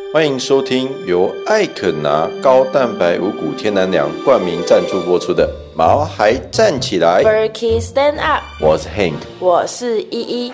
欢迎收听由艾肯拿高蛋白五谷天然粮冠名赞助播出的《毛孩站起来》 Berkey Stand Up， 我是 Hank， 我是依依。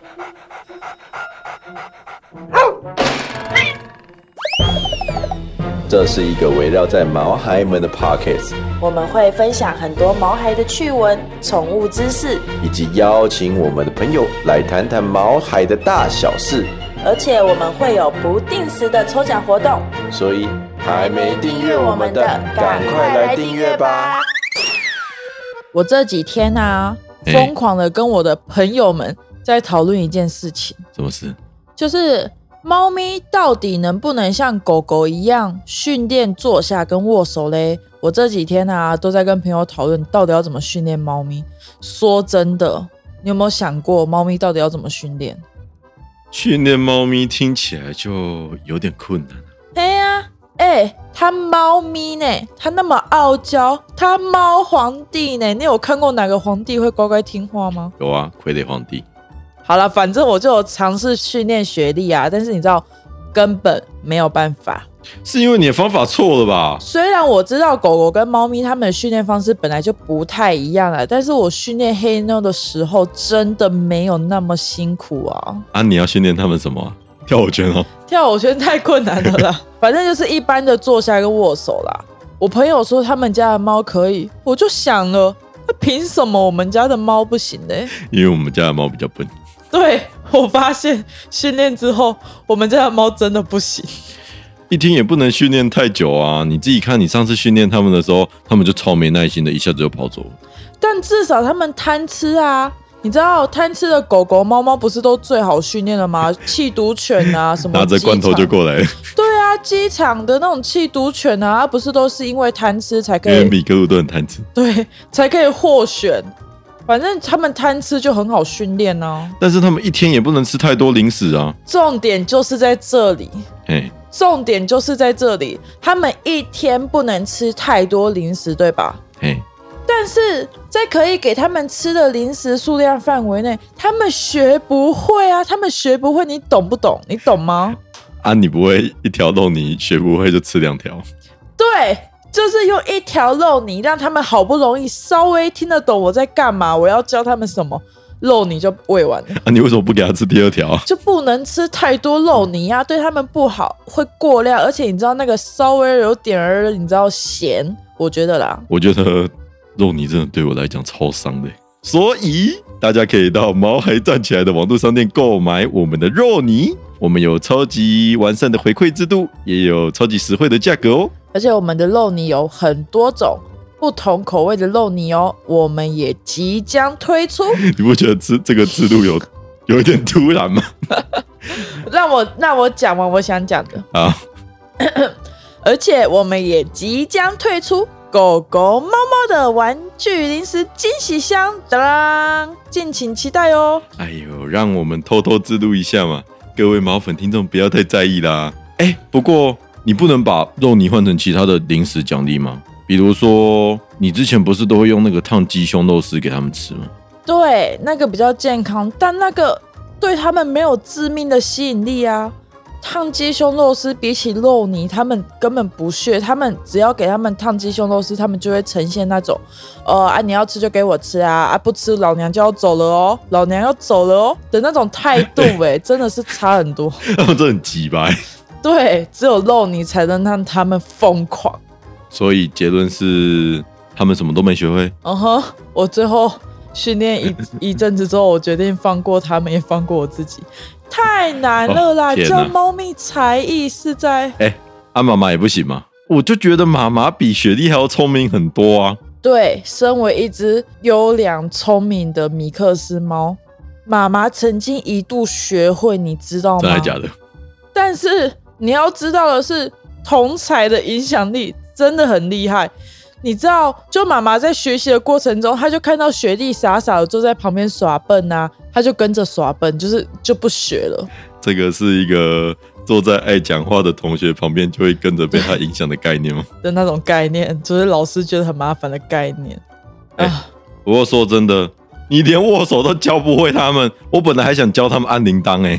这是一个围绕在毛孩们的 Podcast， 我们会分享很多毛孩的趣闻、宠物知识， 以及邀请我们的朋友来谈谈毛孩的大小事。 而且我们会有不定时的抽奖活动， 所以还没订阅我们的，赶快来订阅吧！ 我这几天啊，疯狂的跟我的朋友们在讨论一件事情。 什么事？ 就是猫咪到底能不能像狗狗一样训练坐下跟握手嘞？我这几天啊都在跟朋友讨论到底要怎么训练猫咪。说真的，你有没有想过猫咪到底要怎么训练？ 训练猫咪听起来就有点困难。 它猫咪呢，它那么傲娇，它猫皇帝呢，你有看过哪个皇帝会乖乖听话吗？ 有啊，傀儡皇帝。 好了，反正我就有尝试训练雪莉啊，但是你知道根本没有办法。 是因为你的方法错了吧？ 虽然我知道狗狗跟猫咪它们的训练方式本来就不太一样啦，但是我训练黑妞的时候真的没有那么辛苦啊。 啊，你要训练它们什么？跳舞圈哦。 跳舞圈太困难了啦。反正就是一般的坐下跟握手啦。我朋友说他们家的猫可以，我就想了，那凭什么我们家的猫不行呢？ 因为我们家的猫比较笨。 对，我发现训练之后，我们家的猫真的不行。 一天也不能训练太久啊！你自己看，你上次训练他们的时候，他们就超没耐心的，一下子就跑走了。 但至少他们贪吃啊！你知道贪吃的狗狗、猫猫不是都最好训练了吗？弃毒犬啊，什么拿着罐头就过来了。 对啊，机场的那种弃毒犬啊，不是都是因为贪吃才可以？ 连比格鲁都很贪吃， 对，才可以获选。反正他们贪吃就很好训练啊。 但是他们一天也不能吃太多零食啊。 重点就是在这里。重点就是在这里，他们一天不能吃太多零食，对吧？但是在可以给他们吃的零食数量范围内，他们学不会啊！他们学不会，你懂不懂？你懂吗？ 啊，你不会一条肉泥学不会就吃2条？ 对，就是用一条肉泥让他们好不容易稍微听得懂我在干嘛，我要教他们什么。肉泥就喂完了啊！你为什么不给他吃第2条？ 就不能吃太多肉泥啊，对他们不好，会过量。而且你知道那个稍微有点儿，你知道咸，我觉得啦。 我觉得肉泥真的对我来讲超伤的，所以大家可以到毛孩站起来的网络商店购买我们的肉泥。我们有超级完善的回馈制度，也有超级实惠的价格哦。 而且我们的肉泥有很多种。不同口味的肉泥哦，我们也即将推出。 你不觉得这个制度有一点突然吗？ 让我讲完我想讲的啊！ 而且我们也即将推出狗狗、猫猫的玩具零食惊喜箱，当当，敬请期待哦！ 哎呦，让我们偷偷自录一下嘛，各位毛粉听众不要太在意啦。不过你不能把肉泥换成其他的零食奖励吗？比如说，你之前不是都会用那个烫鸡胸肉丝给他们吃吗？ 对，那个比较健康，但那个对他们没有致命的吸引力啊。烫鸡胸肉丝比起肉泥，他们根本不屑。他们只要给他们烫鸡胸肉丝，他们就会呈现那种，你要吃就给我吃啊，不吃老娘就要走了哦，老娘要走了哦的那种态度，真的是差很多。 他们真的很鸡掰。对， 只有肉泥才能让他们疯狂。 所以结论是，他们什么都没学会。 我最后训练一阵子之后，我决定放过他们，也放过我自己。太难了啦！教猫咪才艺是在…… 妈妈也不行吗？我就觉得妈妈比雪莉还要聪明很多啊。 对，身为一只优良聪明的米克斯猫，妈妈曾经一度学会，你知道吗？ 真的假的？ 但是你要知道的是，同侪的影响力真的很厉害。你知道，就妈妈在学习的过程中，她就看到雪莉傻傻的坐在旁边耍笨啊，她就跟着耍笨，就不学了。 这个是一个坐在爱讲话的同学旁边就会跟着被他影响的概念吗？ 的那种概念，就是老师觉得很麻烦的概念。 不过说真的，你连握手都教不会他们，我本来还想教他们按铃铛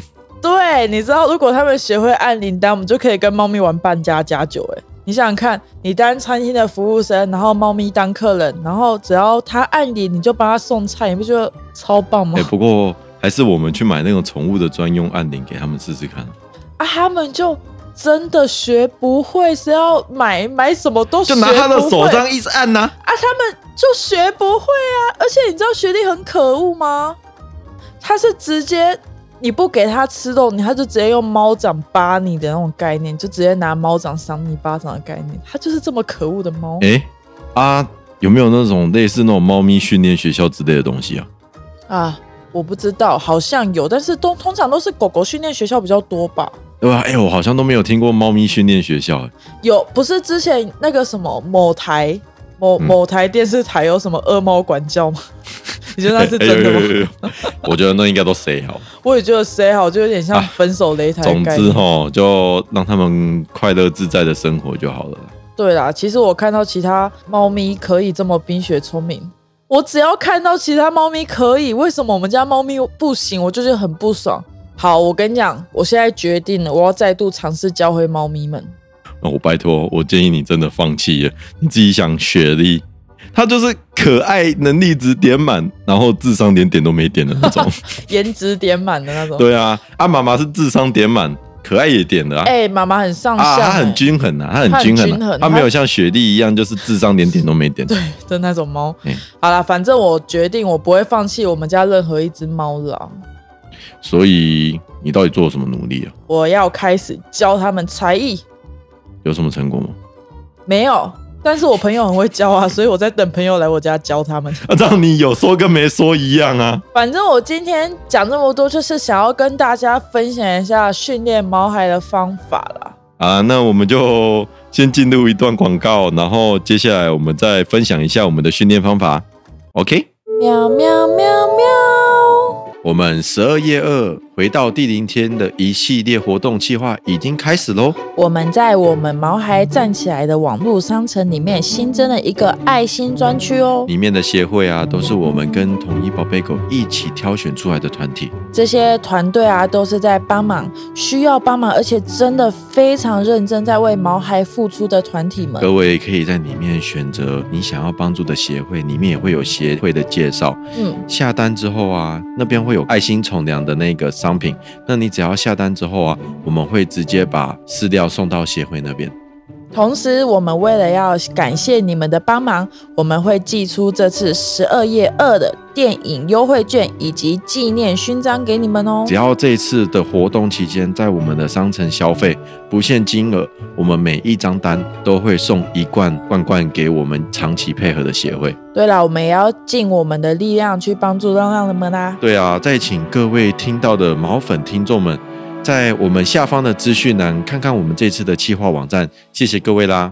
对，你知道如果他们学会按铃铛，我们就可以跟猫咪玩扮家家酒。你想想看，你当餐厅的服务生，然后猫咪当客人，然后只要他按铃，你就帮他送菜，你不觉得超棒吗？ 不过还是我们去买那种宠物的专用按铃给他们试试看啊，他们就真的学不会，是要买什么都学不会， 就拿他的手这样一直按他们就学不会啊！而且你知道学弟很可恶吗？他是直接你不给他吃肉，他就直接用猫掌扒你的那种概念，就直接拿猫掌赏你巴掌的概念，他就是这么可恶的猫。 有没有那种类似那种猫咪训练学校之类的东西啊？ 我不知道，好像有，但是通常都是狗狗训练学校比较多吧？ 对吧？我好像都没有听过猫咪训练学校。 有，不是之前那个什么某台电视台有什么恶猫管教吗？你觉得那是真的吗？ 我觉得那应该都塞好。 我也觉得塞好，就有点像分手擂台的概念。 总之就让他们快乐自在的生活就好了。 对啦，其实我看到其他猫咪可以这么冰雪聪明，我只要看到其他猫咪可以，为什么我们家猫咪不行，我就觉得很不爽。好，我跟你讲，我现在决定了，我要再度尝试教会猫咪们。 我拜托，我建议你真的放弃了。你自己想，雪莉，她就是可爱能力值点满，然后智商连点都没点的那种， 颜值点满的那种。 对啊，妈妈是智商点满，可爱也点了妈妈很上相她很均衡她很均衡她没有像雪莉一样，就是智商连点都没点。 对的那种猫。好啦，反正我决定，我不会放弃我们家任何一只猫了。 所以你到底做了什么努力啊？ 我要开始教他们才艺。 有什么成果吗？ 没有，但是我朋友很会教啊，所以我在等朋友来我家教他们。 这样你有说跟没说一样啊。 反正我今天讲这么多，就是想要跟大家分享一下训练毛孩的方法啦。 那我们就先进入一段广告，然后接下来我们再分享一下我们的训练方法。OK？ 喵喵喵喵。 我们12夜2回到第0天的一系列活动计划已经开始咯。 我们在我们毛孩站起来的网络商城里面新增了一个爱心专区哦， 里面的协会都是我们跟统一宝贝狗一起挑选出来的团体。 这些团队都是在帮忙需要帮忙而且真的非常认真在为毛孩付出的团体们。 各位可以在里面选择你想要帮助的协会，里面也会有协会的介绍。下单之后那边会有爱心宠粮的那个商品，那你只要下单之后我们会直接把饲料送到协会那边。 同时我们为了要感谢你们的帮忙，我们会寄出这次12夜2的电影优惠券以及纪念勋章给你们哦。 只要这一次的活动期间在我们的商城消费不限金额，我们每一张单都会送1罐罐罐给我们长期配合的协会。 对啦，我们也要尽我们的力量去帮助让人们啦。 对啊，再请各位听到的毛粉听众们在我们下方的资讯栏看看我们这次的企划网站，谢谢各位啦。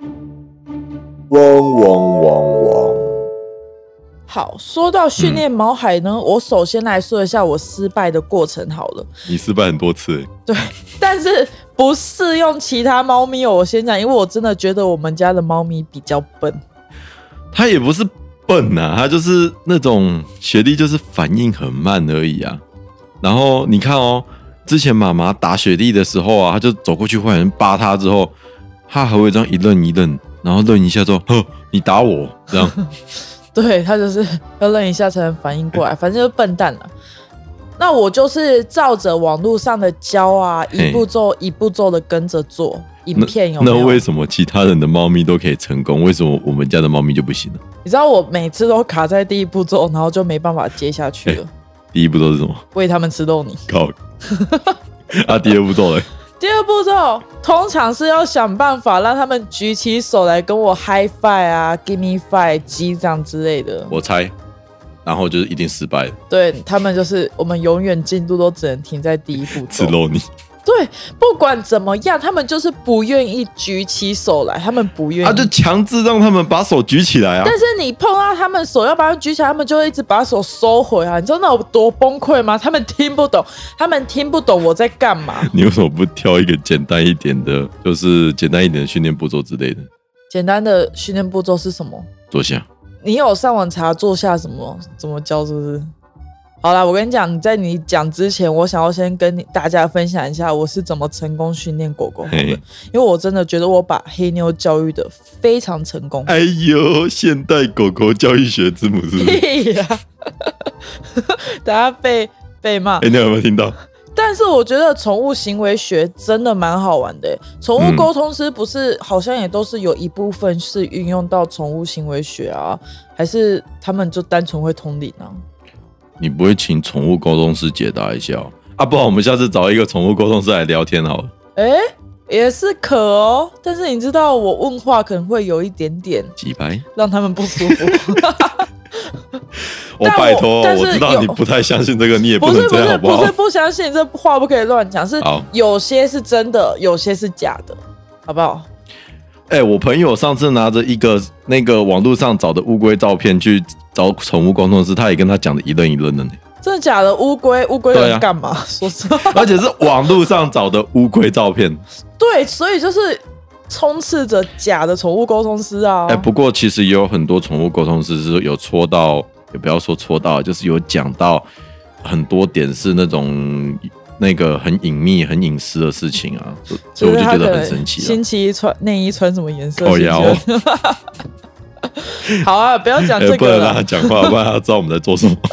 汪汪汪汪。 好，说到训练毛孩呢，我首先来说一下我失败的过程好了。 你失败很多次对，但是不适用其他猫咪我先讲，因为我真的觉得我们家的猫咪比较笨。 它也不是笨它就是那种学弟就是反应很慢而已然后你看之前妈妈打雪莉的时候她就走过去忽然扒她之后，她还会这样一愣一愣，然后愣一下之后，你打我这样。 对，她就是要愣一下才能反应过来，反正就是笨蛋了。那我就是照着网络上的教一步骤一步骤的跟着做，影片有没有？ 那为什么其他人的猫咪都可以成功，为什么我们家的猫咪就不行了？ 你知道我每次都卡在第一步骤，然后就没办法接下去了。 第一步骤是什么？ 喂他们吃肉泥。 靠！第二步骤嘞？ 第二步骤通常是要想办法让他们举起手来跟我 high five give me five 击掌之类的。 我猜，然后就是一定失败了。 对，他们就是我们永远进度都只能停在第一步骤。 吃肉泥。 对，不管怎么样，他们就是不愿意举起手来，他们不愿意。 就强制让他们把手举起来但是你碰到他们手要把它举起来，他们就会一直把手收回你知道那有多崩溃吗？他们听不懂我在干嘛。你为什么不挑一个简单一点的，就是简单一点的训练步骤之类的？ 简单的训练步骤是什么？ 坐下。 你有上网查坐下怎么教是不是？ 好啦，我跟你讲，在你讲之前，我想要先跟大家分享一下我是怎么成功训练狗狗的，因为我真的觉得我把黑妞教育的非常成功。 哎呦，现代狗狗教育学之母是不是？ 屁啦等下被骂。 你有没有听到？ 但是我觉得宠物行为学真的蛮好玩的。宠物沟通师不是好像也都是有一部分是运用到宠物行为学啊，还是他们就单纯会通灵啊？ 你不会请宠物沟通师解答一下啊？不然我们下次找一个宠物沟通师来聊天好了。 也是可哦，但是你知道我问话可能会有一点点几白， 让他们不舒服。 我拜托，我知道你不太相信这个，你也不能这样好不好？ 不是不相信，这话不可以乱讲，是有些是真的，有些是假的，好不好？ 我朋友上次拿着一个那个网络上找的乌龟照片去找宠物沟通师，他也跟他讲的一愣一愣的呢。 真的假的？乌龟能干嘛？说实话， 而且是网络上找的乌龟照片。 对，所以就是充斥着假的宠物沟通师啊。 不过其实也有很多宠物沟通师是有戳到，也不要说戳到，就是有讲到很多点是那个很隐秘、很隐私的事情啊，所以我就觉得很神奇。 星期一内衣穿什么颜色？好啊，不要讲这个了。 不能让他讲话，不然他知道我们在做什么。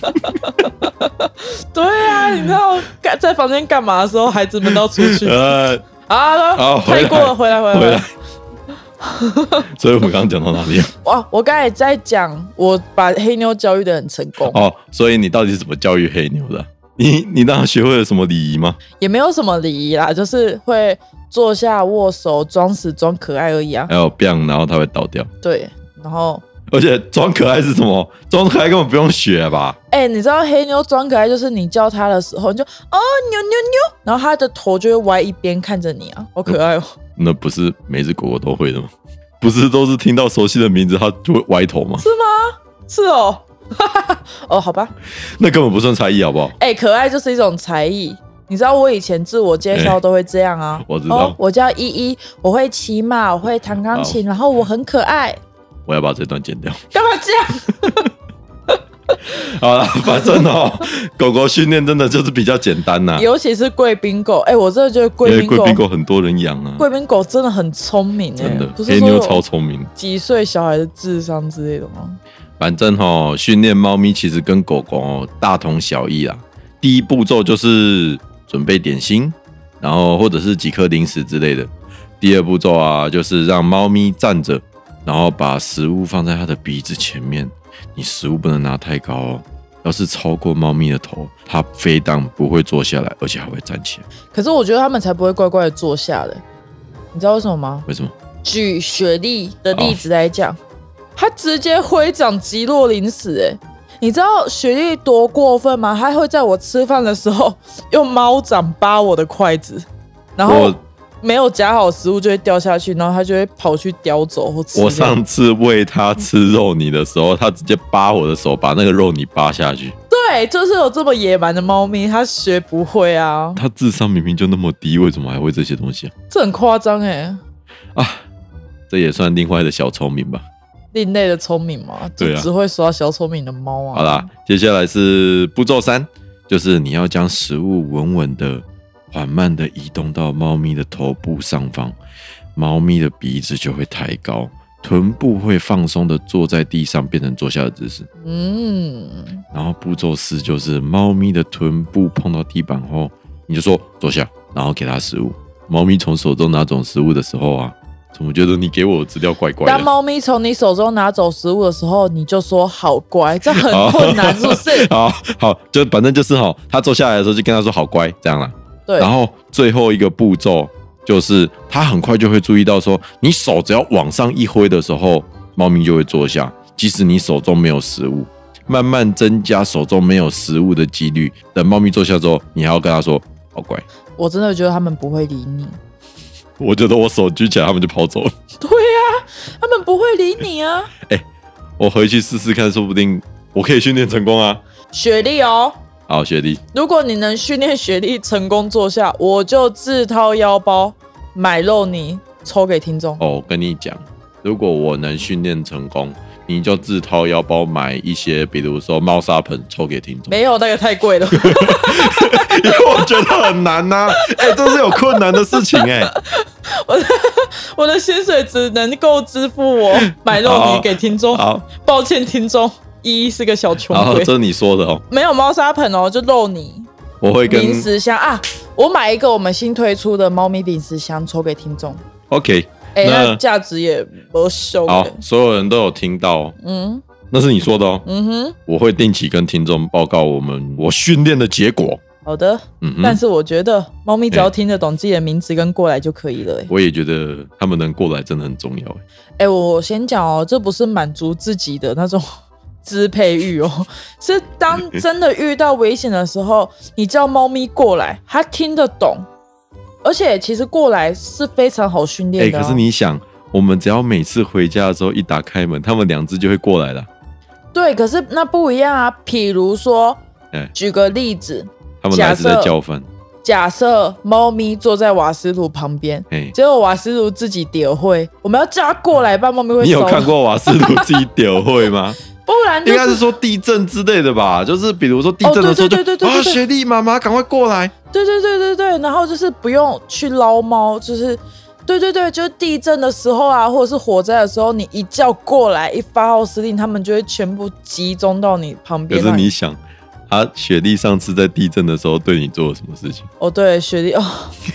对啊，你知道在房间干嘛的时候，孩子们都要出去。太过了，回来。 所以我们刚刚讲到哪里？ 哇，我刚才在讲，我把黑妞教育的很成功。 所以你到底是怎么教育黑妞的？你让他学会了什么礼仪吗？ 也没有什么礼仪啦，就是会坐下握手，装死装可爱而已啊。 还有 biang， 然后他会倒掉。 对，然后而且装可爱是什么？装可爱根本不用学吧？ 你知道黑妞装可爱就是你叫它的时候，你就扭，然后它的头就会歪一边看着你啊，好可爱哦。 那不是每只狗狗都会的吗？不是都是听到熟悉的名字它就会歪头吗？ 是吗？是哦。好吧， 那根本不算才艺，好不好？ 可爱就是一种才艺。你知道我以前自我介绍都会这样啊。 我知道。 我叫依依，我会骑马，我会弹钢琴，然后我很可爱。 我要把这段剪掉。 干嘛这样？ 好啦，反正狗狗训练真的就是比较简单呐， 尤其是贵宾狗。我真的觉得贵宾狗很多人养啊。 贵宾狗真的很聪明， 真的， 不是黑妞超聪明， 几岁小孩的智商之类的吗？ 反正训练猫咪其实跟狗狗大同小异啦。第一步骤就是准备点心，然后或者是几颗零食之类的。第二步骤啊，就是让猫咪站着，然后把食物放在它的鼻子前面。你食物不能拿太高哦，要是超过猫咪的头，它非但不会坐下来，而且还会站起来。 可是我觉得他们才不会乖乖的坐下的，你知道为什么吗？ 为什么？ 举雪莉的例子来讲，他直接挥掌击落零食。你知道雪莉多过分吗？他会在我吃饭的时候用猫掌扒我的筷子，然后没有夹好食物就会掉下去，然后他就会跑去叼走或吃。 我上次喂他吃肉泥的时候，他直接扒我的手，把那个肉泥扒下去。 对，就是有这么野蛮的猫咪，他学不会啊。 他智商明明就那么低，为什么还会这些东西啊？ 这很夸张这也算另外的小聪明吧。 另类的聪明嘛，就只会耍小聪明的猫啊。 好啦，接下来是步骤3，就是你要将食物稳稳的、缓慢的移动到猫咪的头部上方，猫咪的鼻子就会抬高，臀部会放松的坐在地上，变成坐下的姿势。然后步骤4就是猫咪的臀部碰到地板后，你就说坐下，然后给它食物。猫咪从手中拿走食物的时候啊，怎么觉得你给我的资料怪怪的？ 当猫咪从你手中拿走食物的时候，你就说好乖，这很困难，是不是？ 好，就反正就是他坐下来的时候就跟他说好乖，这样啦。 对。 然后最后一个步骤就是他很快就会注意到说，你手只要往上一挥的时候，猫咪就会坐下，即使你手中没有食物，慢慢增加手中没有食物的几率。等猫咪坐下之后，你还要跟他说好乖。 我真的觉得他们不会理你。 我觉得我手举起来，他们就跑走了。 对啊，他们不会理你啊。 我回去试试看，说不定我可以训练成功啊。 雪莉好，雪莉， 如果你能训练雪莉成功坐下，我就自掏腰包买肉泥抽给听众。 我跟你讲，如果我能训练成功， 你就自掏腰包买一些，比如说猫砂盆抽给听众。 没有，那个太贵了。 因为我觉得很难呐、这是有困难的事情我的薪水只能够支付我买肉泥给听众。 好， 抱歉，听众，依依是个小穷好， 鬼。 这是你说的哦。 没有猫砂盆哦，就肉泥。 我会跟零食箱啊，我买一个我们新推出的猫咪零食箱抽给听众。 OK， 那价值也不小。 好，所有人都有听到哦。那是你说的哦。我会定期跟听众报告我训练的结果。 好的。但是我觉得猫咪只要听得懂自己的名字跟过来就可以了。 我也觉得他们能过来真的很重要。 我先讲哦，这不是满足自己的那种支配欲哦，是当真的遇到危险的时候，你叫猫咪过来，它听得懂，而且其实过来是非常好训练的。 可是你想，我们只要每次回家的时候一打开门，他们2只就会过来了。 对，可是那不一样啊。譬如说，举个例子， 他们来是在叫饭。 假设猫咪坐在瓦斯炉旁边，结果瓦斯炉自己点会，我们要叫它过来，不然猫咪会烧。 你有看过瓦斯炉自己点会吗？ 不然应该是说地震之类的吧，就是比如说地震的时候就雪莉妈妈赶快过来。 对，然后就是不用去捞猫，就是对，就是地震的时候啊，或者是火灾的时候，你一叫过来，一发号施令，他们就会全部集中到你旁边。 可是你想，雪莉上次在地震的时候对你做了什么事情？ 对，雪莉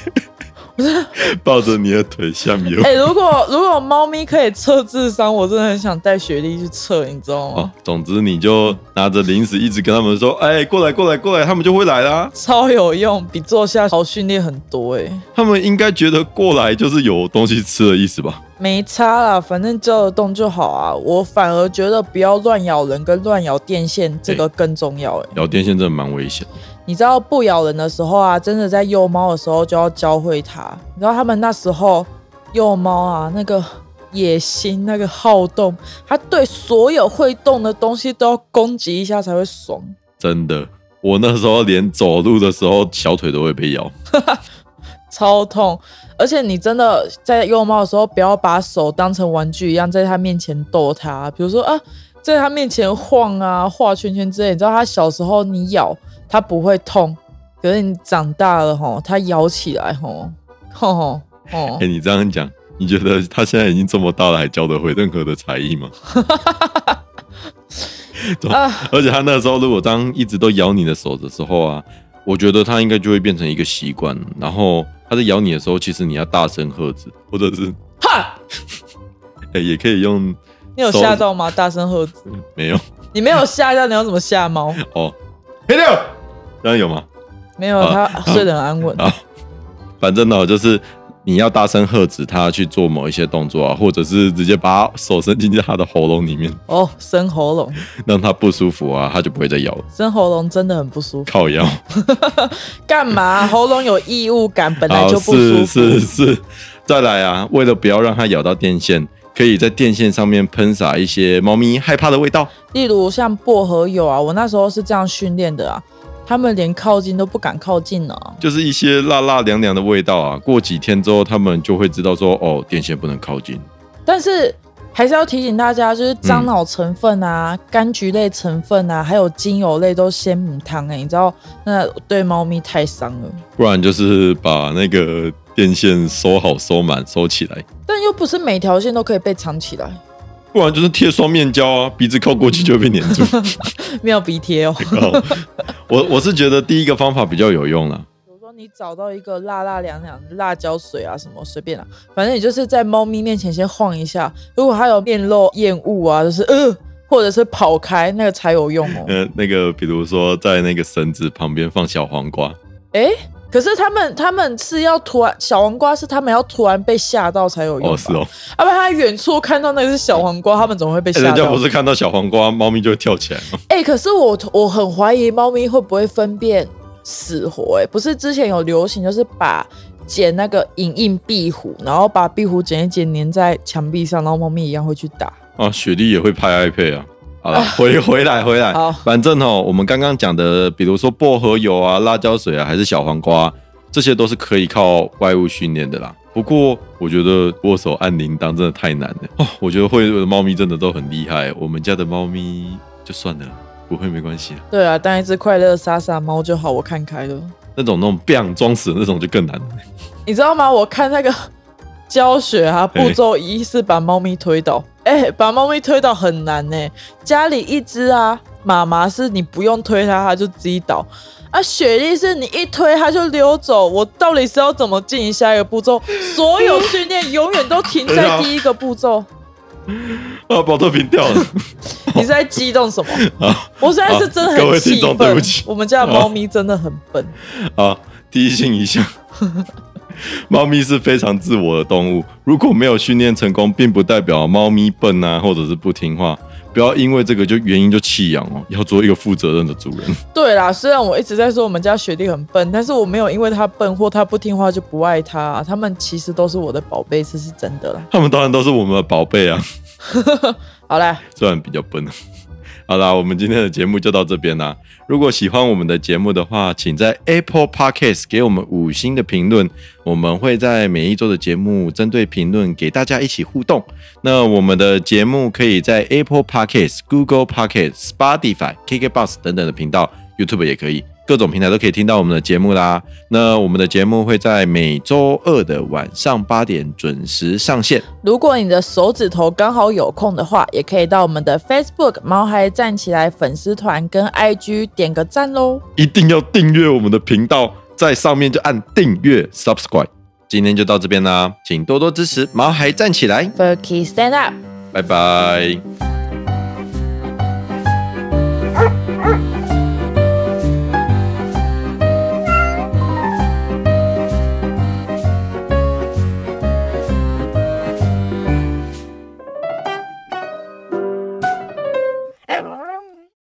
抱着你的腿下面。 如果猫咪可以测智商，我真的很想带雪莉去测，你知道吗？ 总之你就拿着零食一直跟他们说，过来，他们就会来啦。 超有用，比坐下好训练很多。 他们应该觉得过来就是有东西吃的意思吧？ 没差啦，反正叫得动就好啊。我反而觉得不要乱咬人跟乱咬电线，这个更重要。 咬电线真的蛮危险的。 你知道不咬人的时候啊，真的在幼猫的时候就要教会它。你知道他们那时候幼猫啊，那个野心、那个好动，它对所有会动的东西都要攻击一下才会爽。 真的，我那时候连走路的时候小腿都会被咬， 超痛。而且你真的在幼猫的时候，不要把手当成玩具一样在它面前逗它，比如说在它面前晃啊、画圈圈之类。你知道它小时候你咬它不会痛，可是你长大了它咬起来你这样讲，你觉得它现在已经这么大了，还教得会任何的才艺吗？而且它那时候如果当一直都咬你的手的时候啊，我觉得它应该就会变成一个习惯。然后它在咬你的时候，其实你要大声喝止，或者是哈，也可以用。 你有吓到吗？大声喝止？ 没有。 你没有吓到，你要怎么吓猫？ 黑六，这样有吗？ 没有，它睡得很安稳。 反正呢，就是你要大声喝止它去做某一些动作啊，或者是直接把手伸进它的喉咙里面。 伸喉咙， 让它不舒服啊，它就不会再咬了。 伸喉咙真的很不舒服。 靠腰。 干嘛？喉咙有异物感，本来就不舒服。 是。再来啊，为了不要让它咬到电线，可以在电线上面喷洒一些猫咪害怕的味道， 例如像薄荷油啊，我那时候是这样训练的啊，他们连靠近都不敢靠近啊， 就是一些辣辣凉凉的味道啊。过几天之后，他们就会知道说，电线不能靠近。 但是还是要提醒大家，就是樟脑成分啊、柑橘类成分啊，还有精油类都先母汤你知道，那对猫咪太伤了。 不然就是把那个电线收好、收满、收起来。 但又不是每条线都可以被藏起来。 不然就是贴双面胶啊，鼻子靠过去就会被粘住。 妙鼻贴哦。 我是觉得第一个方法比较有用啦。 比如说你找到一个辣辣凉凉的辣椒水啊，什么随便啦，反正你就是在猫咪面前先晃一下，如果它有面露厌恶啊，就是或者是跑开，那个才有用哦。 那个比如说在那个绳子旁边放小黄瓜。 可是他们是要突然，小黄瓜是他们要突然被吓到才有用吧？ 是哦。 要不然他远处看到那个是小黄瓜，他们怎么会被吓到？ 人家不是看到小黄瓜，猫咪就会跳起来吗？ 可是我很怀疑猫咪会不会分辨死活？不是之前有流行，就是剪那个影印壁虎，然后把壁虎剪一剪粘在墙壁上，然后猫咪一样会去打。 雪莉也会拍 iPad 啊。好了，回来。好，反正我们刚刚讲的，比如说薄荷油啊、辣椒水啊，还是小黄瓜， 这些都是可以靠外物训练的啦。不过我觉得握手按铃铛真的太难了哦。我觉得会的猫咪真的都很厉害，我们家的猫咪就算了，不会没关系啦。 对啊，当一只快乐傻傻猫就好，我看开了。 那种 biang 装死的那种就更难了。 你知道吗？我看那个教学啊，步骤1是把猫咪推倒，把猫咪推倒很难欸。家里一只啊，妈妈是你不用推它，它就自己倒。啊，雪莉是你一推它就溜走，我到底是要怎么进行下一个步骤？所有训练永远都停在第一个步骤。 啊，保特瓶掉了。 你是在激动什么？我现在是真的各位很气听众对愤不起。 我们家的猫咪真的很笨。 好，提醒一下，猫咪是非常自我的动物，如果没有训练成功，并不代表猫咪笨啊，或者是不听话。不要因为这个原因就弃养哦，要做一个负责任的主人。 对啦，虽然我一直在说我们家雪莉很笨，但是我没有因为她笨或她不听话就不爱她啊。他们其实都是我的宝贝，这是真的啦。 他们当然都是我们的宝贝啊。 好啦， 虽然比较笨。好啦，我们今天的节目就到这边啦。如果喜欢我们的节目的话，请在 Apple Podcast 给我们5星的评论，我们会在每一周的节目针对评论给大家一起互动。那我们的节目可以在 Apple Podcast、Google Podcast、Spotify、KKBOX 等等的频道 ，YouTube 也可以。各种平台都可以听到我们的节目啦。那我们的节目会在每周2的晚上8点准时上线。 如果你的手指头刚好有空的话，也可以到我们的 Facebook 毛孩站起来粉丝团跟 IG 点个赞咯。 一定要订阅我们的频道，在上面就按订阅 Subscribe。今天就到这边啦，请多多支持毛孩站起来 Furky stand up， 拜拜。